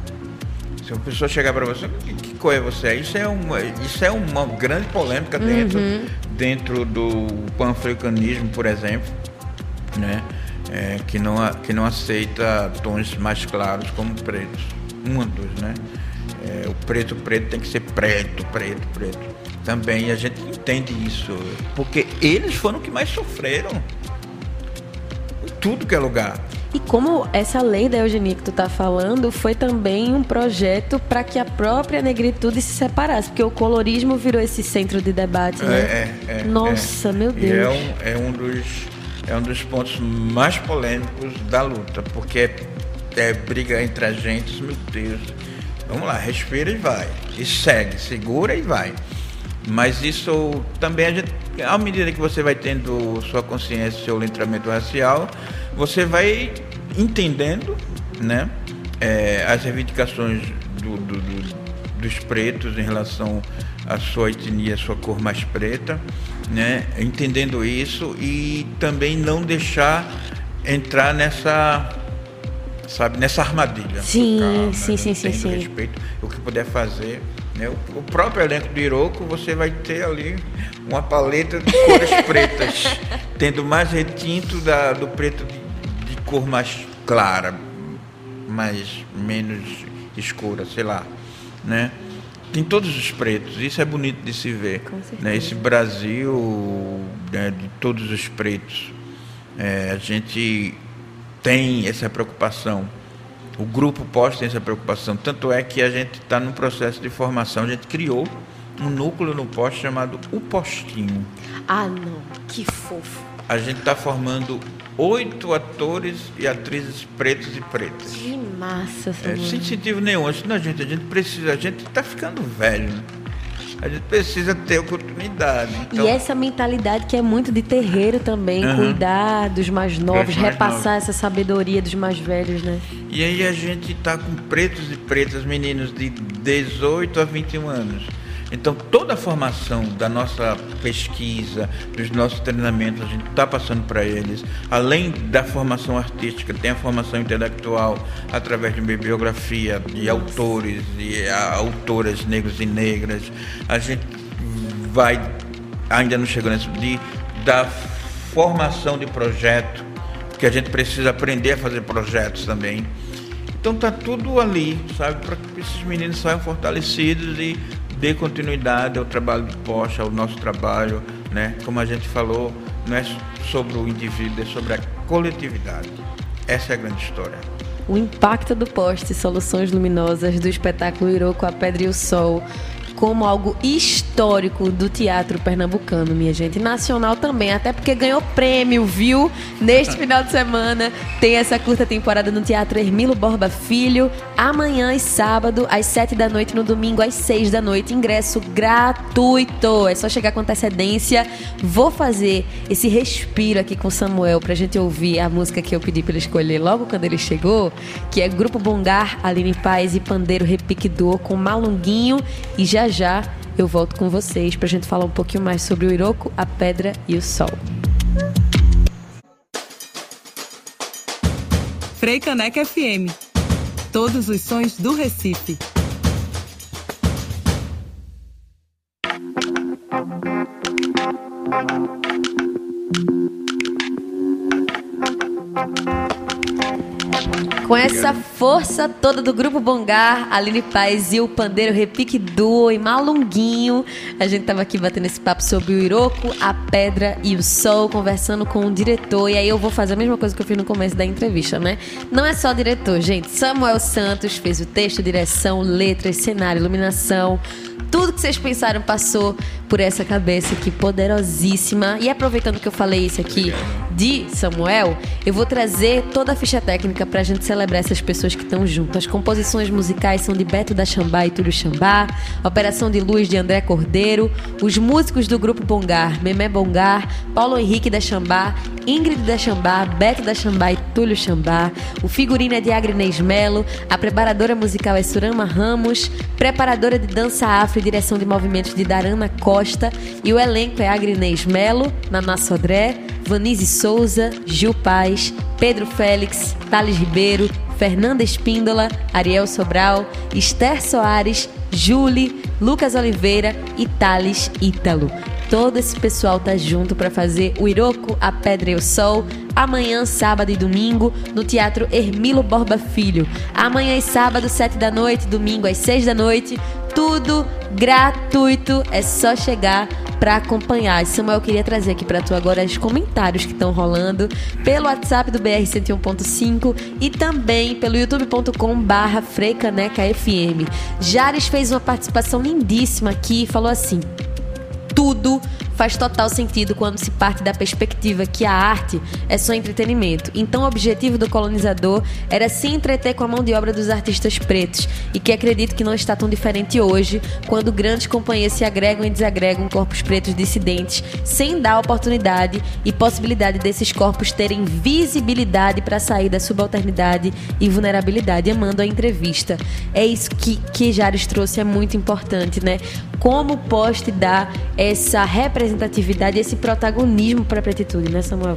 Se uma pessoa chegar para você, que, que cor é você? Isso é uma, isso é uma grande polêmica dentro, uhum, dentro do panafricanismo, por exemplo. Né? É, que, não, que não aceita tons mais claros como pretos. Um dos, né? É, o preto, preto tem que ser preto, preto, preto. Também a gente entende isso, porque eles foram os que mais sofreram. Em tudo que é lugar. E como essa lei da eugenia que tu tá falando foi também um projeto para que a própria negritude se separasse, porque o colorismo virou esse centro de debate, né? É, é, Nossa, é. meu Deus. E é um, é, um dos, é um dos pontos mais polêmicos da luta, porque é, é briga entre agentes, meu Deus. Vamos lá, respira e vai. E segue, segura e vai. Mas isso também, a gente, à medida que você vai tendo sua consciência, seu letramento racial, você vai entendendo, né, é, as reivindicações do, do, do, dos pretos em relação à sua etnia, à sua cor mais preta, né, entendendo isso e também não deixar entrar nessa... sabe, nessa armadilha. Sim, Calma, sim, sim, sim, sim. Respeito, o que puder fazer, né? O, o próprio elenco do Iroko, você vai ter ali uma paleta de cores pretas, tendo mais retinto da, do preto de, de cor mais clara, mais menos escura, sei lá, né? Tem todos os pretos, isso é bonito de se ver, né? Esse Brasil, né, de todos os pretos, É, a gente tem essa preocupação, o Grupo Poste tem essa preocupação, tanto é que a gente está num processo de formação, a gente criou um núcleo no Poste chamado O Postinho. Ah, não, que fofo. A gente está formando oito atores e atrizes pretos e pretas. Que massa, é, sem incentivo nenhum. A gente, a gente, a gente precisa, a gente está ficando velho, né? A gente precisa ter oportunidade. Então... E essa mentalidade que é muito de terreiro também, uhum. Cuidar dos mais novos, dos mais repassar novos. Essa sabedoria dos mais velhos, né? E aí a gente está com pretos e pretas, meninos de dezoito a vinte e um anos. Então, toda a formação da nossa pesquisa, dos nossos treinamentos, a gente está passando para eles. Além da formação artística, tem a formação intelectual, através de bibliografia, de Nossa. autores e autoras negros e negras. A gente vai, ainda não chegou nesse, de, da formação de projeto, que a gente precisa aprender a fazer projetos também. Então, está tudo ali, sabe, para que esses meninos saiam fortalecidos e dê continuidade ao trabalho do Poste, ao nosso trabalho, né? Como a gente falou, não é sobre o indivíduo, é sobre a coletividade. Essa é a grande história. O impacto do Poste, soluções luminosas do espetáculo Iroko, a Pedra e o Sol, como algo histórico do teatro pernambucano, minha gente. Nacional também, até porque ganhou prêmio, viu? Neste final de semana tem essa curta temporada no Teatro Hermilo Borba Filho. Amanhã e sábado, às sete da noite, no domingo, às seis da noite. Ingresso gratuito. É só chegar com antecedência. Vou fazer esse respiro aqui com o Samuel pra gente ouvir a música que eu pedi pra ele escolher logo quando ele chegou, que é Grupo Bongar, Aline Paz e Pandeiro Repique Duo com Malunguinho. E já já eu volto com vocês pra gente falar um pouquinho mais sobre o Iroko, a Pedra e o Sol. Frei Caneca F M. Todos os sons do Recife. Com essa força toda do Grupo Bongar, Aline Paz e o Pandeiro Repique Duo e Malunguinho, a gente tava aqui batendo esse papo sobre o Iroko, a Pedra e o Sol, conversando com o diretor. E aí eu vou fazer a mesma coisa que eu fiz no começo da entrevista, né? Não é só diretor, gente. Samuel Santos fez o texto, direção, letras, cenário, iluminação. Tudo que vocês pensaram passou por essa cabeça aqui poderosíssima. E aproveitando que eu falei isso aqui de Samuel, eu vou trazer toda a ficha técnica pra gente celebrar essas pessoas que estão juntas. As composições musicais são de Beto da Xambá e Túlio Xambá, a operação de luz de André Cordeiro, os músicos do Grupo Bongar, Memé Bongar, Paulo Henrique da Xambá, Ingrid da Xambá, Beto da Xambá e Túlio Xambá, o figurino é de Agrinês Melo, a preparadora musical é Surama Ramos, preparadora de dança afro e direção de movimentos de Darana Costa, e o elenco é Agrinês Melo, Naná Sodré, Vanise Souza, Gil Paz, Pedro Félix, Thales Ribeiro, Fernanda Espíndola, Ariel Sobral, Esther Soares, Julie, Lucas Oliveira e Thales Ítalo. Todo esse pessoal tá junto para fazer o Iroko, a Pedra e o Sol, amanhã, sábado e domingo, no Teatro Hermilo Borba Filho. Amanhã e sábado, sete da noite, domingo às seis da noite, tudo gratuito, é só chegar para acompanhar. Samuel, eu queria trazer aqui para tu agora os comentários que estão rolando pelo WhatsApp do B R cento e um ponto cinco e também pelo youtube ponto com barra Frei Caneca F M. Jares fez uma participação lindíssima aqui e falou assim: tudo faz total sentido quando se parte da perspectiva que a arte é só entretenimento. Então o objetivo do colonizador era se entreter com a mão de obra dos artistas pretos, e que acredito que não está tão diferente hoje, quando grandes companhias se agregam e desagregam corpos pretos dissidentes, sem dar oportunidade e possibilidade desses corpos terem visibilidade para sair da subalternidade e vulnerabilidade. Amando a entrevista. É isso que, que Jares trouxe, é muito importante, né? Como o Poste dá essa representatividade, esse protagonismo para a pretitude, né, Samuel?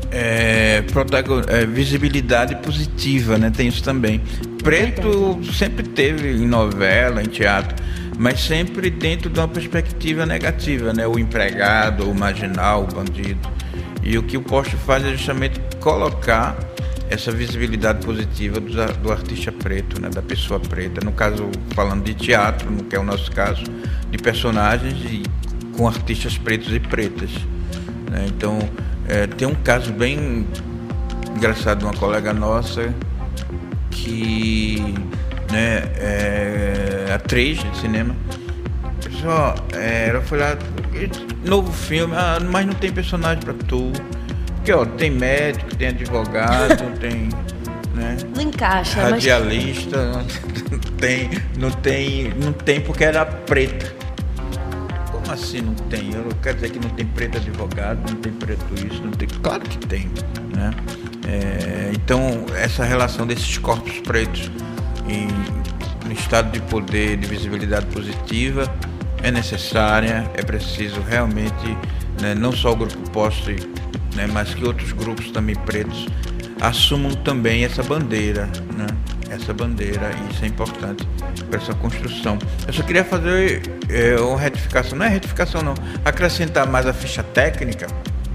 É, protagon... é, visibilidade positiva, né? Tem isso também. Preto sempre teve em novela, em teatro, mas sempre dentro de uma perspectiva negativa, né? O empregado, o marginal, o bandido. E o que o Poste faz é justamente colocar essa visibilidade positiva do, do artista preto, né? Da pessoa preta. No caso, falando de teatro, no que é o nosso caso, de personagens e com artistas pretos e pretas, né? Então, É, tem um caso bem engraçado de uma colega nossa que, né, é atriz de cinema. Só, é, ela foi lá, novo filme, ah, mas não tem personagem pra tu. Porque, ó, tem médico, tem advogado, tem, né? Não encaixa, radialista, mas... não tem, não tem, não tem porque era preta. Como assim não tem? Eu não quero dizer que não tem preto advogado, não tem preto isso, não tem. Claro que tem, né? É, então, essa relação desses corpos pretos em, no estado de poder, de visibilidade positiva, é necessária, é preciso realmente, né, não só o grupo Poste, né, mas que outros grupos também pretos assumam também essa bandeira, né? Essa bandeira, e isso é importante para essa construção. Eu só queria fazer é, uma retificação, não é retificação não, acrescentar mais a ficha técnica.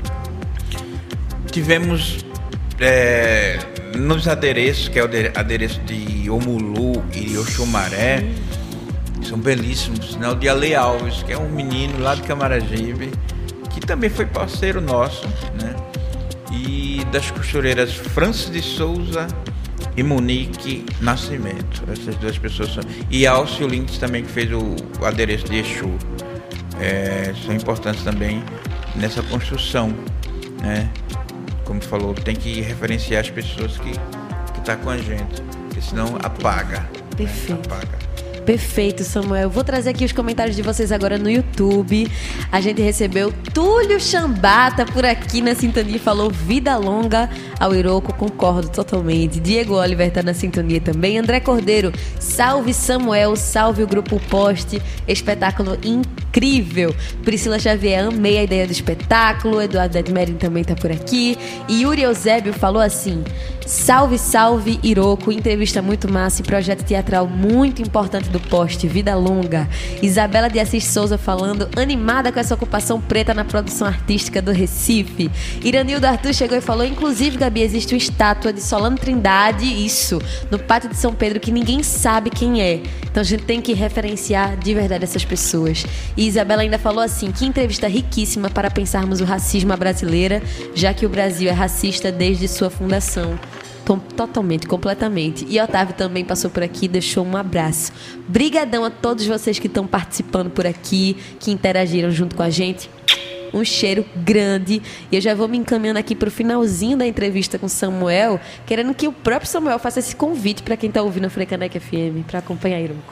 Tivemos é, nos adereços, que é o adereço de Omulu e Oxumaré, são belíssimos, né? O de Ale Alves, que é um menino lá de Camaragibe, que também foi parceiro nosso, né? E das costureiras Francis de Souza e Monique Nascimento, essas duas pessoas são. E Alcio Links também, que fez o, o adereço de Exu, é, são importantes também nessa construção, né? Como falou, tem que referenciar as pessoas que que tá com a gente, porque senão apaga. Perfeito. Né? Apaga. Perfeito, Samuel. Vou trazer aqui os comentários de vocês agora no YouTube. A gente recebeu Túlio Chambata por aqui na sintonia e falou vida longa ao Iroko, concordo totalmente. Diego Oliver tá na sintonia também. André Cordeiro, salve Samuel, salve o Grupo Poste, espetáculo incrível. Priscila Xavier, amei a ideia do espetáculo. Eduardo Edmerin também tá por aqui. E Yuri Eusébio falou assim: salve, salve Iroko, entrevista muito massa e projeto teatral muito importante do Poste, vida longa. Isabela de Assis Souza falando, animada com essa ocupação preta na produção artística do Recife. Iranildo Arthur chegou e falou, inclusive, Gabi, existe uma estátua de Solano Trindade, isso, no pátio de São Pedro, que ninguém sabe quem é. Então a gente tem que referenciar de verdade essas pessoas. E Isabela ainda falou assim, que entrevista riquíssima para pensarmos o racismo à brasileira, já que o Brasil é racista desde sua fundação. Totalmente, completamente. E Otávio também passou por aqui e deixou um abraço. Brigadão a todos vocês que estão participando por aqui, que interagiram junto com a gente. Um cheiro grande. E eu já vou me encaminhando aqui para o finalzinho da entrevista com o Samuel, querendo que o próprio Samuel faça esse convite para quem está ouvindo a Frecanec F M, para acompanhar Iroko.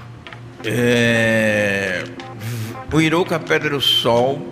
É... O Iroko, a Pedra do Sol,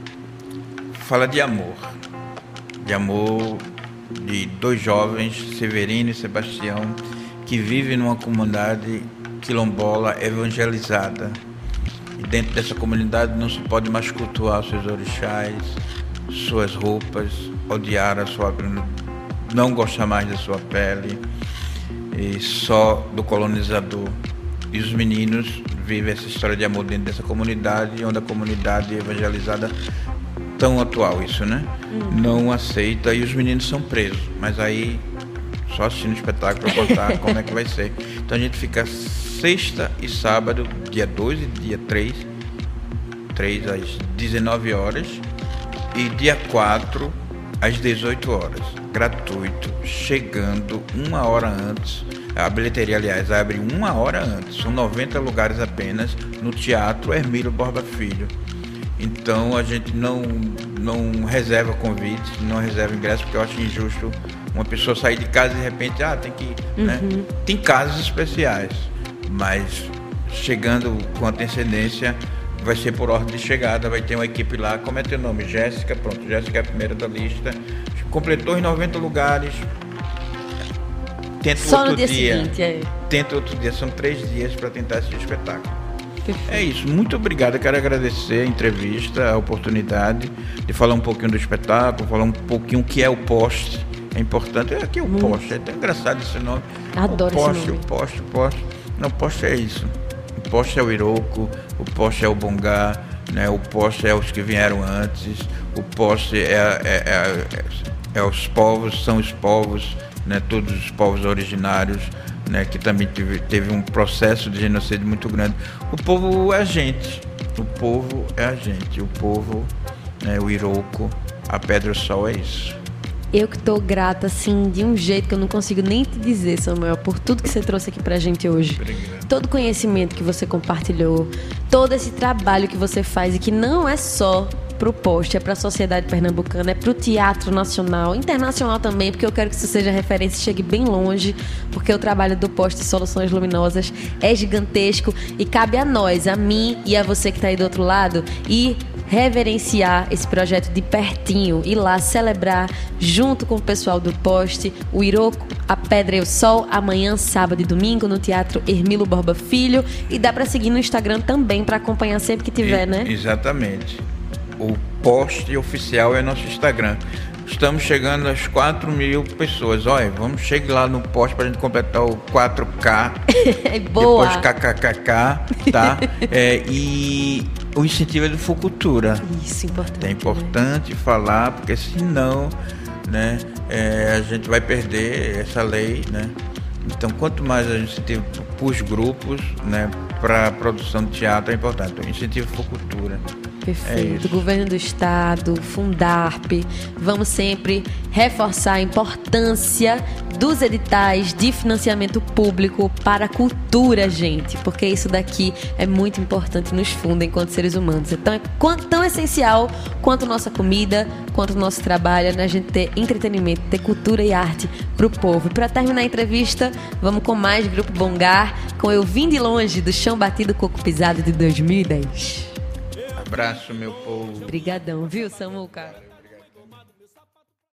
fala de amor. De amor... de dois jovens, Severino e Sebastião, que vivem numa comunidade quilombola evangelizada. E dentro dessa comunidade não se pode mais cultuar seus orixás, suas roupas, odiar a sua... não gostar mais da sua pele, e só do colonizador. E os meninos vivem essa história de amor dentro dessa comunidade, onde a comunidade evangelizada, tão atual isso, né? Uhum. Não aceita e os meninos são presos. Mas aí, só assistindo o espetáculo para contar como é que vai ser. Então a gente fica sexta e sábado, dia dois e dia três, três às dezenove horas e dia quatro às dezoito horas. Gratuito, chegando uma hora antes. A bilheteria, aliás, abre uma hora antes. São noventa lugares apenas no Teatro Hermílio Borba Filho. Então a gente não, não reserva convite, não reserva ingresso, porque eu acho injusto uma pessoa sair de casa e de repente, ah, tem que ir, uhum. né? Tem casos especiais, mas chegando com antecedência, vai ser por ordem de chegada, vai ter uma equipe lá, como é teu nome? Jéssica, pronto, Jéssica é a primeira da lista, completou os noventa lugares, tenta Só outro no dia, dia, seguinte, é. tenta outro dia, são três dias para tentar assistir o espetáculo. É isso, muito obrigado, eu quero agradecer a entrevista, a oportunidade de falar um pouquinho do espetáculo, falar um pouquinho o que é o Poste, é importante, aqui é o muito. Poste, é tão engraçado esse nome. Adoro o poste, esse nome. O Poste, o Poste, não, o Poste é isso, o Poste é o Iroko, o Poste é o Bongá, né? O Poste é os que vieram antes, o Poste é, é, é, é, é os povos, são os povos, né? Todos os povos originários, né, que também teve, teve um processo de genocídio muito grande. O povo é a gente, o povo é a gente, o povo, né, o Iroko, a Pedra e o Sol é isso. Eu que tô grata, assim, de um jeito que eu não consigo nem te dizer, Samuel, por tudo que você trouxe aqui pra gente hoje. Obrigado. Todo o conhecimento que você compartilhou, todo esse trabalho que você faz e que não é só pro Poste, é pra sociedade pernambucana, é pro teatro nacional, internacional também, porque eu quero que isso seja referência e chegue bem longe, porque o trabalho do Poste Soluções Luminosas é gigantesco e cabe a nós, a mim e a você que tá aí do outro lado, e reverenciar esse projeto de pertinho, ir lá celebrar junto com o pessoal do Poste, o Iroco, a Pedra e o Sol, amanhã, sábado e domingo, no Teatro Hermilo Borba Filho, e dá pra seguir no Instagram também, pra acompanhar sempre que tiver, e, né? Exatamente. O Poste Oficial é nosso Instagram. Estamos chegando às quatro mil pessoas. Olha, vamos chegar lá no Poste para a gente completar o quatro K. Boa. Depois K K K K, tá? é, e o incentivo é do Fucultura. Isso, importante. É importante, né, falar, porque senão, né, é, a gente vai perder essa lei, né? Então, quanto mais a gente incentiva para os grupos, né, para a produção de teatro, é importante. O incentivo Fucultura. Perfeito. É Governo do Estado, Fundarp, vamos sempre reforçar a importância dos editais de financiamento público para a cultura, gente, porque isso daqui é muito importante nos funda enquanto seres humanos. Então é tão essencial quanto nossa comida, quanto o nosso trabalho, né? A gente ter entretenimento, ter cultura e arte para o povo. E para terminar a entrevista, vamos com mais Grupo Bongar, com Eu Vim de Longe, do Chão Batido Coco Pisado de dois mil e dez. Abraço, meu povo. Obrigadão, viu, Samuca?